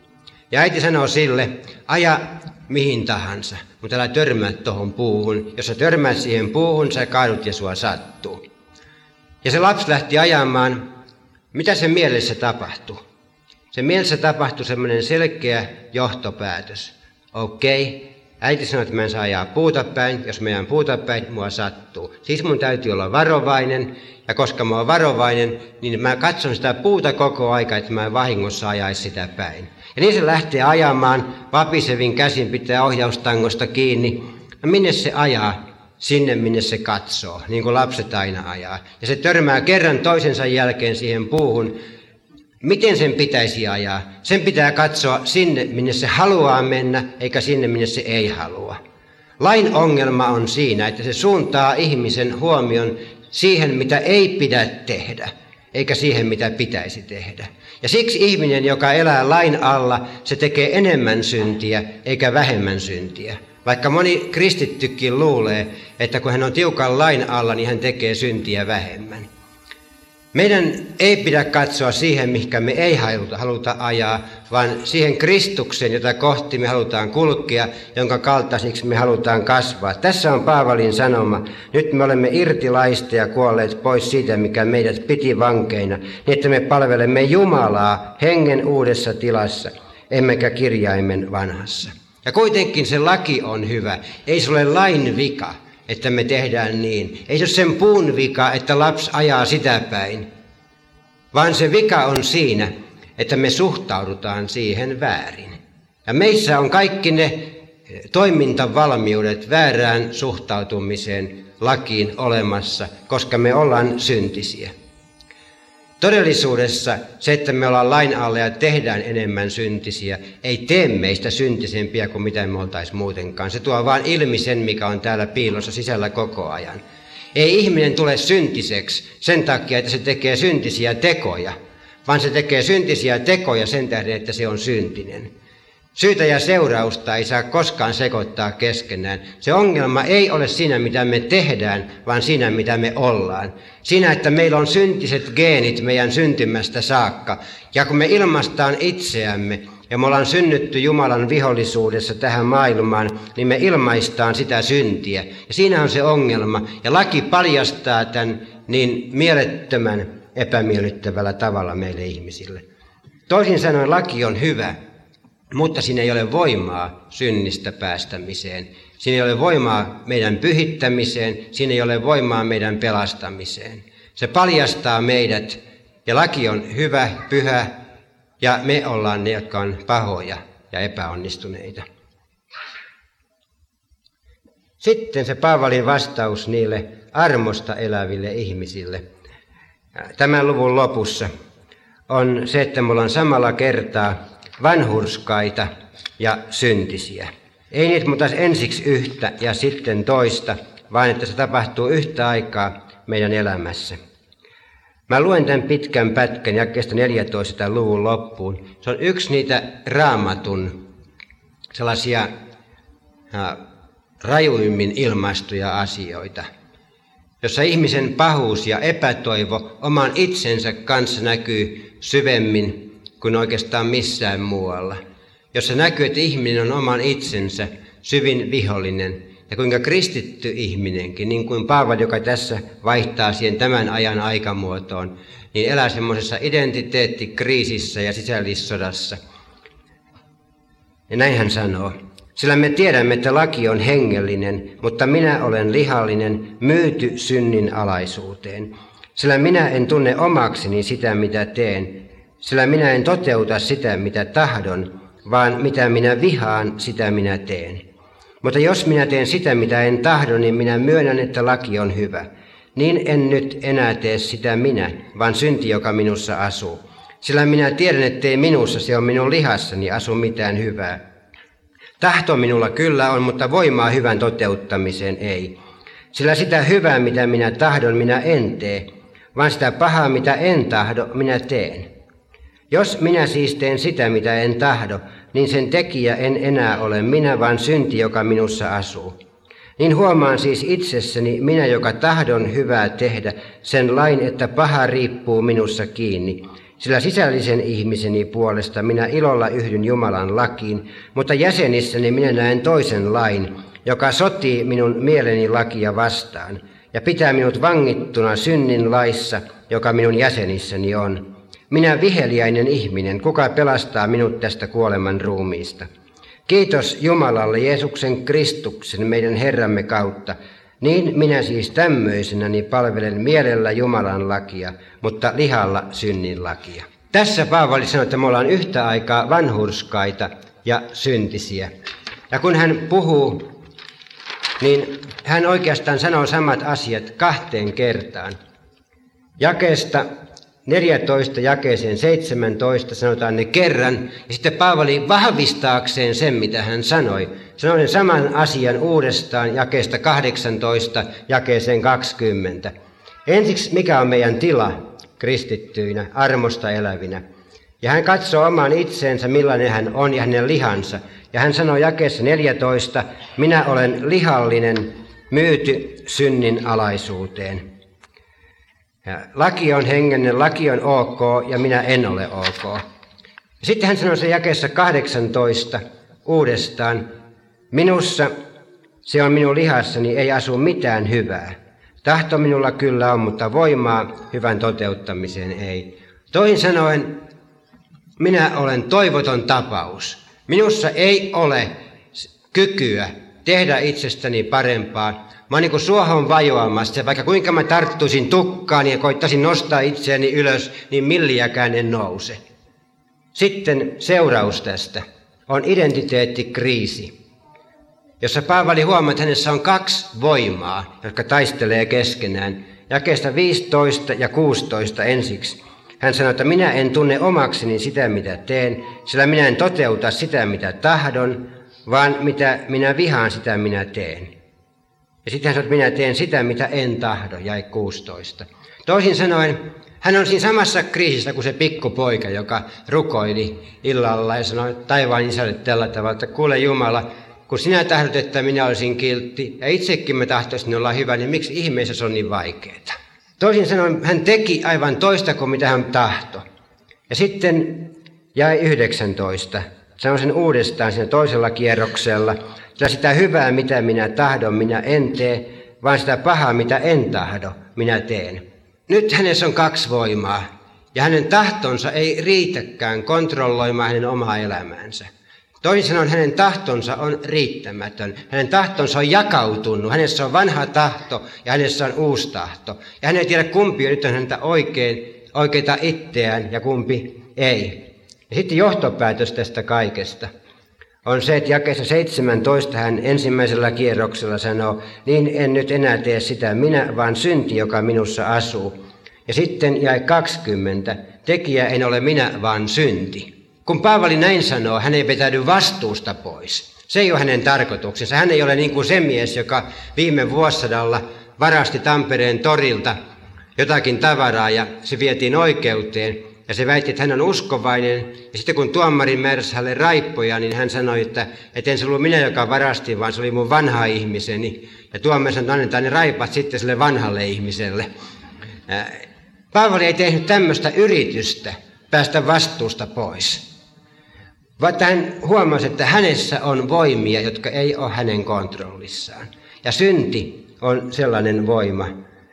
Ja äiti sanoo sille, aja mihin tahansa, mutta älä törmää tuohon puuhun. Jos sä törmäät siihen puuhun, sä kaadut ja sua sattuu. Ja se lapsi lähti ajamaan. Mitä sen mielessä tapahtui? Sen mielessä tapahtui semmoinen selkeä johtopäätös. Okei, äiti sanoi, että mä en saa ajaa puuta päin. Jos mä ajan puuta päin, mua sattuu. Siis mun täytyy olla varovainen. Ja koska mä oon varovainen, niin mä katson sitä puuta koko aika, että mä en vahingossa ajaisi sitä päin. Ja niin se lähtee ajamaan, vapisevin käsin pitää ohjaustangosta kiinni. No minne se ajaa? Sinne, minne se katsoo, niin kuin lapset aina ajaa. Ja se törmää kerran toisensa jälkeen siihen puuhun. Miten sen pitäisi ajaa? Sen pitää katsoa sinne, minne se haluaa mennä, eikä sinne, minne se ei halua. Lain ongelma on siinä, että se suuntaa ihmisen huomion siihen, mitä ei pidä tehdä, eikä siihen, mitä pitäisi tehdä. Ja siksi ihminen, joka elää lain alla, se tekee enemmän syntiä, eikä vähemmän syntiä. Vaikka moni kristittykin luulee, että kun hän on tiukan lain alla, niin hän tekee syntiä vähemmän. Meidän ei pidä katsoa siihen, mihinkä me ei haluta ajaa, vaan siihen Kristukseen, jota kohti me halutaan kulkea, jonka kaltaisiksi me halutaan kasvaa. Tässä on Paavalin sanoma. Nyt me olemme irti laista ja kuolleet pois siitä, mikä meidät piti vankeina, niin että me palvelemme Jumalaa hengen uudessa tilassa, emmekä kirjaimen vanhassa. Ja kuitenkin se laki on hyvä. Ei se ole lain vika, että me tehdään niin. Ei se ole sen puun vika, että lapsi ajaa sitä päin. Vaan se vika on siinä, että me suhtaudutaan siihen väärin. Ja meissä on kaikki ne toimintavalmiudet väärään suhtautumiseen lakiin olemassa, koska me ollaan syntisiä. Todellisuudessa se, että me ollaan lain alla ja tehdään enemmän syntisiä, ei tee meistä syntisempiä kuin mitä me oltaisiin muutenkaan. Se tuo vaan ilmi sen, mikä on täällä piilossa sisällä koko ajan. Ei ihminen tule syntiseksi sen takia, että se tekee syntisiä tekoja, vaan se tekee syntisiä tekoja sen tähden, että se on syntinen. Syytä ja seurausta ei saa koskaan sekoittaa keskenään. Se ongelma ei ole siinä, mitä me tehdään, vaan siinä, mitä me ollaan. Siinä, että meillä on syntiset geenit meidän syntymästä saakka. Ja kun me ilmaistaan itseämme ja me ollaan synnytty Jumalan vihollisuudessa tähän maailmaan, niin me ilmaistaan sitä syntiä. Ja siinä on se ongelma. Ja laki paljastaa tämän niin mielettömän epämiellyttävällä tavalla meille ihmisille. Toisin sanoen laki on hyvä. Mutta siinä ei ole voimaa synnistä päästämiseen. Siinä ei ole voimaa meidän pyhittämiseen. Siinä ei ole voimaa meidän pelastamiseen. Se paljastaa meidät. Ja laki on hyvä, pyhä. Ja me ollaan ne, jotka on pahoja ja epäonnistuneita. Sitten se Paavalin vastaus niille armosta eläville ihmisille. Tämän luvun lopussa on se, että me ollaan samalla kertaa vanhurskaita ja syntisiä. Ei niitä mutta ensiksi yhtä ja sitten toista, vaan että se tapahtuu yhtä aikaa meidän elämässä. Mä luen tämän pitkän pätkän jakeesta 14 tämän luvun loppuun. Se on yksi niitä Raamatun sellaisia rajuimmin ilmaistuja asioita, jossa ihmisen pahuus ja epätoivo oman itsensä kanssa näkyy syvemmin kuin oikeastaan missään muualla. Jossa näkyy, että ihminen on oman itsensä syvin vihollinen. Ja kuinka kristitty ihminenkin, niin kuin Paavali, joka tässä vaihtaa siihen tämän ajan aikamuotoon, niin elää semmoisessa identiteettikriisissä ja sisällissodassa. Ja näin hän sanoo. Sillä me tiedämme, että laki on hengellinen, mutta minä olen lihallinen, myyty synnin alaisuuteen. Sillä minä en tunne omakseni sitä, mitä teen. Sillä minä en toteuta sitä, mitä tahdon, vaan mitä minä vihaan, sitä minä teen. Mutta jos minä teen sitä, mitä en tahdo, niin minä myönnän, että laki on hyvä. Niin en nyt enää tee sitä minä, vaan synti, joka minussa asuu. Sillä minä tiedän, ettei minussa, se on minun lihassani, asu mitään hyvää. Tahto minulla kyllä on, mutta voimaa hyvän toteuttamiseen ei. Sillä sitä hyvää, mitä minä tahdon, minä en tee, vaan sitä pahaa, mitä en tahdo, minä teen. Jos minä siis teen sitä, mitä en tahdo, niin sen tekijä en enää ole minä, vaan synti, joka minussa asuu. Niin huomaan siis itsessäni minä, joka tahdon hyvää tehdä, sen lain, että paha riippuu minussa kiinni. Sillä sisällisen ihmiseni puolesta minä ilolla yhdyn Jumalan lakiin, mutta jäsenissäni minä näen toisen lain, joka sotii minun mieleni lakia vastaan ja pitää minut vangittuna synnin laissa, joka minun jäsenissäni on. Minä viheliäinen ihminen, kuka pelastaa minut tästä kuoleman ruumiista? Kiitos Jumalalle Jeesuksen Kristuksen meidän Herramme kautta. Niin minä siis tämmöisenäni palvelen mielellä Jumalan lakia, mutta lihalla synnin lakia. Tässä Paavali sanoi, että me ollaan yhtä aikaa vanhurskaita ja syntisiä. Ja kun hän puhuu, niin hän oikeastaan sanoo samat asiat 2 kertaan. Jakeesta 14 jakeeseen 17 sanotaan ne kerran, ja sitten Paavali vahvistaakseen sen, mitä hän sanoi sen saman asian uudestaan jakeesta 18 jakeeseen 20. Ensiksi, mikä on meidän tila kristittyinä, armosta elävinä. Ja hän katsoo oman itseensä, millainen hän on ja hänen lihansa. Ja hän sanoo jakeessa 14, minä olen lihallinen, myyty synnin alaisuuteen. Ja laki on hengellinen, laki on ok ja minä en ole ok. Sitten hän sanoo se jakeessa 18 uudestaan, minussa, se on minun lihassani, ei asu mitään hyvää. Tahto minulla kyllä on, mutta voimaa hyvän toteuttamiseen ei. Toisin sanoen, minä olen toivoton tapaus. Minussa ei ole kykyä tehdä itsestäni parempaa. Mä oon niin kuin suohon vajoamassa, vaikka kuinka mä tarttuisin tukkaan ja koittaisin nostaa itseäni ylös, niin milliäkään en nouse. Sitten seuraus tästä on identiteettikriisi, jossa Paavali huomaa, että hänessä on 2 voimaa, jotka taistelee keskenään. Jakeesta 15 ja 16 ensiksi. Hän sanoi, että minä en tunne omakseni sitä, mitä teen, sillä minä en toteuta sitä, mitä tahdon, vaan mitä minä vihaan, sitä minä teen. Ja sitten hän sanoi, että minä teen sitä, mitä en tahdo, jae 16. Toisin sanoen, hän on siinä samassa kriisissä kuin se pikkupoika, joka rukoili illalla ja sanoi taivaan isälle tällä tavalla, että kuule Jumala, kun sinä tahdot, että minä olisin kiltti ja itsekin mä tahtoisin olla hyvä, niin miksi ihmeessä se on niin vaikeaa? Toisin sanoen, hän teki aivan toista kuin mitä hän tahtoi. Ja sitten jae 19. Sanon sen uudestaan siinä toisella kierroksella. Sillä sitä hyvää, mitä minä tahdon, minä en tee, vaan sitä pahaa, mitä en tahdo, minä teen. Nyt hänessä on 2 voimaa, ja hänen tahtonsa ei riitäkään kontrolloimaan hänen omaa elämäänsä. Toisin sanoen hänen tahtonsa on riittämätön. Hänen tahtonsa on jakautunut. Hänessä on vanha tahto ja hänessä on uusi tahto. Ja hän ei tiedä, kumpi on nyt häntä oikeita itseään ja kumpi ei. Ja sitten johtopäätös tästä kaikesta on se, että jakeessa 17 hän ensimmäisellä kierroksella sanoo, niin en nyt enää tee sitä minä, vaan synti, joka minussa asuu. Ja sitten jae 20, tekijä en ole minä, vaan synti. Kun Paavali näin sanoo, hän ei vetäydy vastuusta pois. Se ei ole hänen tarkoituksensa. Hän ei ole niin kuin se mies, joka viime vuosisadalla varasti Tampereen torilta jotakin tavaraa ja se vietiin oikeuteen. Ja se väitti, että hän on uskovainen. Ja sitten kun tuomari määräsi hänelle raippoja, niin hän sanoi, että en se ollut minä, joka varastin, vaan se oli mun vanha ihmiseni. Ja tuomari sanoi, että annetaan ne raipat sitten sille vanhalle ihmiselle. Paavali ei tehnyt tämmöistä yritystä päästä vastuusta pois. Vaan hän huomasi, että hänessä on voimia, jotka ei ole hänen kontrollissaan. Ja synti on sellainen voima.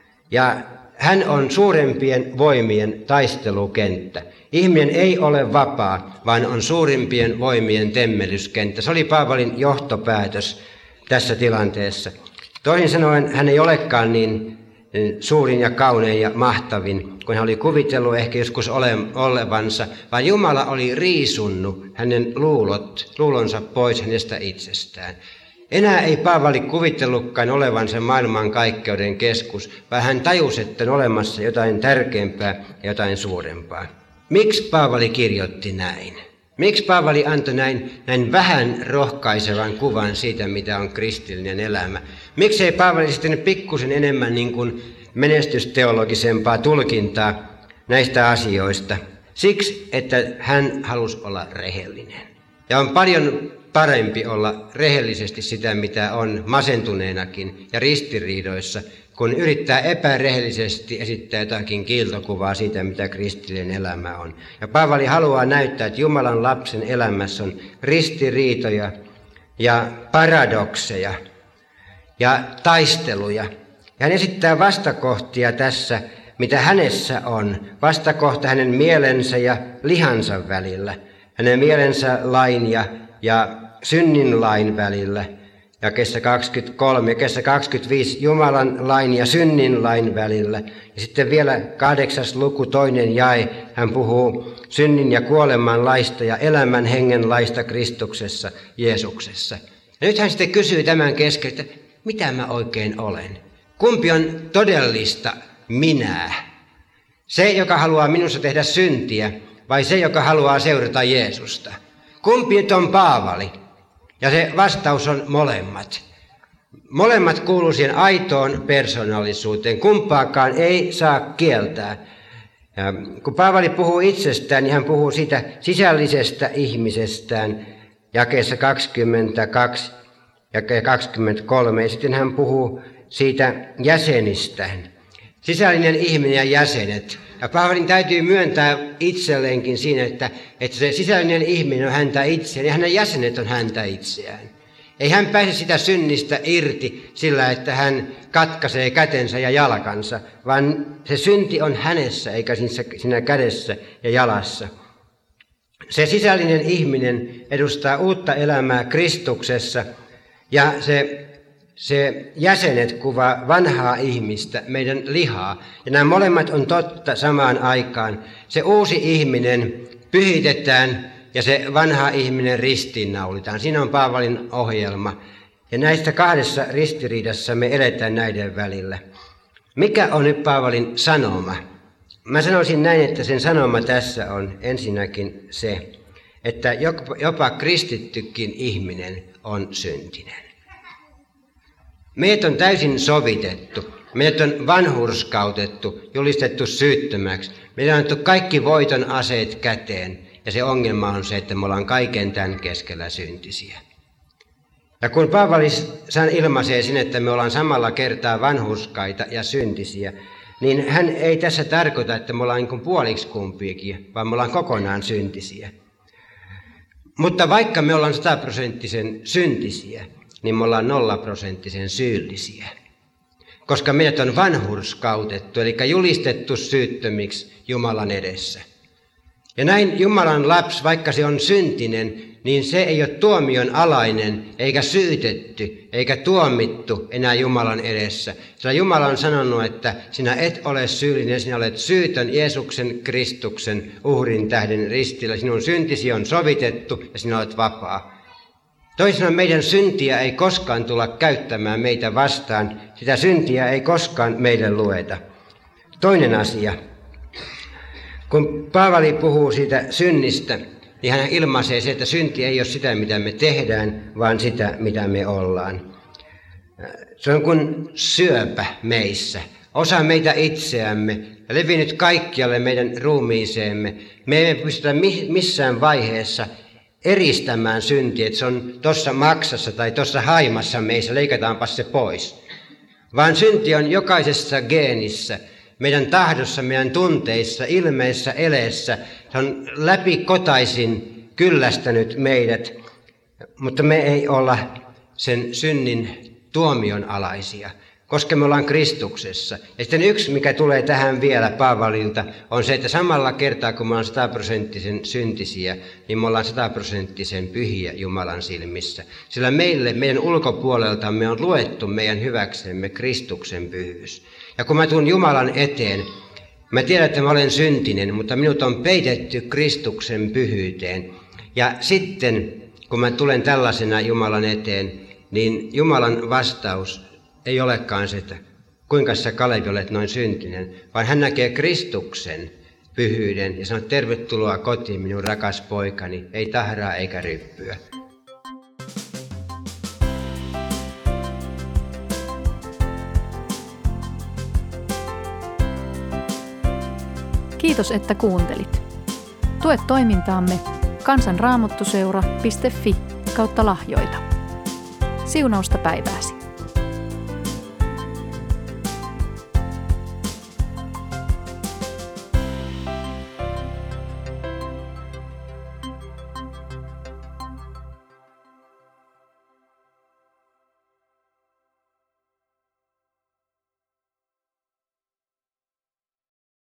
Ja hän on suurempien voimien taistelukenttä. Ihminen ei ole vapaa, vaan on suurimpien voimien temmellyskenttä. Se oli Paavalin johtopäätös tässä tilanteessa. Toisin sanoen hän ei olekaan niin suurin ja kaunein ja mahtavin, kun hän oli kuvitellut ehkä joskus olevansa, vaan Jumala oli riisunnut hänen luulonsa pois hänestä itsestään. Enää ei Paavali kuvitellutkaan olevansa maailmankaikkeuden keskus, vaan hän tajusi, että on olemassa jotain tärkeämpää ja jotain suurempaa. Miksi Paavali kirjoitti näin? Miksi Paavali antoi näin vähän rohkaisevan kuvan siitä, mitä on kristillinen elämä? Miksi ei Paavali sitten pikkusen enemmän niin kuin menestysteologisempaa tulkintaa näistä asioista? Siksi, että hän halusi olla rehellinen. Ja on paljon parempi olla rehellisesti sitä, mitä on masentuneenakin ja ristiriidoissa, kun yrittää epärehellisesti esittää jotakin kiiltokuvaa siitä, mitä kristillinen elämä on. Ja Paavali haluaa näyttää, että Jumalan lapsen elämässä on ristiriitoja ja paradokseja ja taisteluja. Ja hän esittää vastakohtia tässä, mitä hänessä on. Vastakohta hänen mielensä ja lihansa välillä. Hänen mielensä lain ja synnin lain välillä. Jakeessa 23 ja jakeessa 25 Jumalan lain ja synnin lain välillä. Ja sitten vielä 8. luku 2. jae, hän puhuu synnin ja kuoleman laista ja elämän hengen laista Kristuksessa, Jeesuksessa. Ja nyt hän sitten kysyy tämän keskellä, että mitä mä oikein olen? Kumpi on todellista minää? Se, joka haluaa minussa tehdä syntiä, vai se, joka haluaa seurata Jeesusta? Kumpi nyt on Paavali? Ja se vastaus on molemmat. Molemmat kuuluu siihen aitoon persoonallisuuteen. Kumpaakaan ei saa kieltää. Ja kun Paavali puhuu itsestään, niin hän puhuu siitä sisällisestä ihmisestään jakeessa 22 ja 23. Ja sitten hän puhuu siitä jäsenistään. Sisällinen ihminen ja jäsenet. Ja Paavalin täytyy myöntää itselleenkin siinä, että se sisällinen ihminen on häntä itseään ja hänen jäsenet on häntä itseään. Ei hän pääse sitä synnistä irti sillä, että hän katkaisee kätensä ja jalkansa, vaan se synti on hänessä eikä siinä kädessä ja jalassa. Se sisällinen ihminen edustaa uutta elämää Kristuksessa ja se jäsenet kuvaa vanhaa ihmistä, meidän lihaa. Ja nämä molemmat on totta samaan aikaan. Se uusi ihminen pyhitetään ja se vanha ihminen ristiinnaulitaan. Siinä on Paavalin ohjelma. Ja näistä kahdessa ristiriidassa me eletään näiden välillä. Mikä on nyt Paavalin sanoma? Mä sanoisin näin, että sen sanoma tässä on ensinnäkin se, että jopa kristittykin ihminen on syntinen. Meidät on täysin sovitettu, meidät on vanhurskautettu, julistettu syyttömäksi. Meillä on annettu kaikki voiton aseet käteen ja se ongelma on se, että me ollaan kaiken tämän keskellä syntisiä. Ja kun Paavali ilmaisee sen, että me ollaan samalla kertaa vanhurskaita ja syntisiä, niin hän ei tässä tarkoita, että me ollaan niin kuin puoliksi kumpiakin, vaan me ollaan kokonaan syntisiä. Mutta vaikka me ollaan 100% syntisiä, niin me ollaan 0% syyllisiä. Koska meidät on vanhurskautettu, eli julistettu syyttömiksi Jumalan edessä. Ja näin Jumalan lapsi, vaikka se on syntinen, niin se ei ole tuomion alainen, eikä syytetty, eikä tuomittu enää Jumalan edessä. Sillä Jumala on sanonut, että sinä et ole syyllinen, sinä olet syytön Jeesuksen Kristuksen uhrin tähden ristillä. Sinun syntisi on sovitettu ja sinä olet vapaa. Toisena meidän syntiä ei koskaan tulla käyttämään meitä vastaan, sitä syntiä ei koskaan meille lueta. Toinen asia, kun Paavali puhuu siitä synnistä, niin hän ilmaisee se, että synti ei ole sitä, mitä me tehdään, vaan sitä, mitä me ollaan. Se on kuin syöpä meissä, osa meitä itseämme, levinnyt kaikkialle meidän ruumiiseemme. Me emme pystytä missään vaiheessa eristämään syntiä, että se on tuossa maksassa tai tuossa haimassa meissä, leikataanpa se pois. Vaan synti on jokaisessa geenissä, meidän tahdossa, meidän tunteissa, ilmeissä, eleessä. Se on läpikotaisin kyllästänyt meidät, mutta me ei olla sen synnin tuomion alaisia, koska me ollaan Kristuksessa. Ja sitten yksi, mikä tulee tähän vielä Paavalilta, on se, että samalla kertaa, kun me ollaan 100% syntisiä, niin me ollaan 100% pyhiä Jumalan silmissä. Sillä meidän ulkopuoleltamme on luettu meidän hyväksemme Kristuksen pyhyys. Ja kun mä tulen Jumalan eteen, mä tiedän, että mä olen syntinen, mutta minut on peitetty Kristuksen pyhyyteen. Ja sitten, kun mä tulen tällaisena Jumalan eteen, niin Jumalan vastaus ei olekaan se, että kuinka sä Kalevi olet noin syntinen, vaan hän näkee Kristuksen pyhyyden ja sanoo, tervetuloa kotiin minun rakas poikani, ei tahraa eikä ryppyä. Kiitos, että kuuntelit. Tue toimintaamme kansanraamattuseura.fi. kautta lahjoita. Siunausta päivääsi.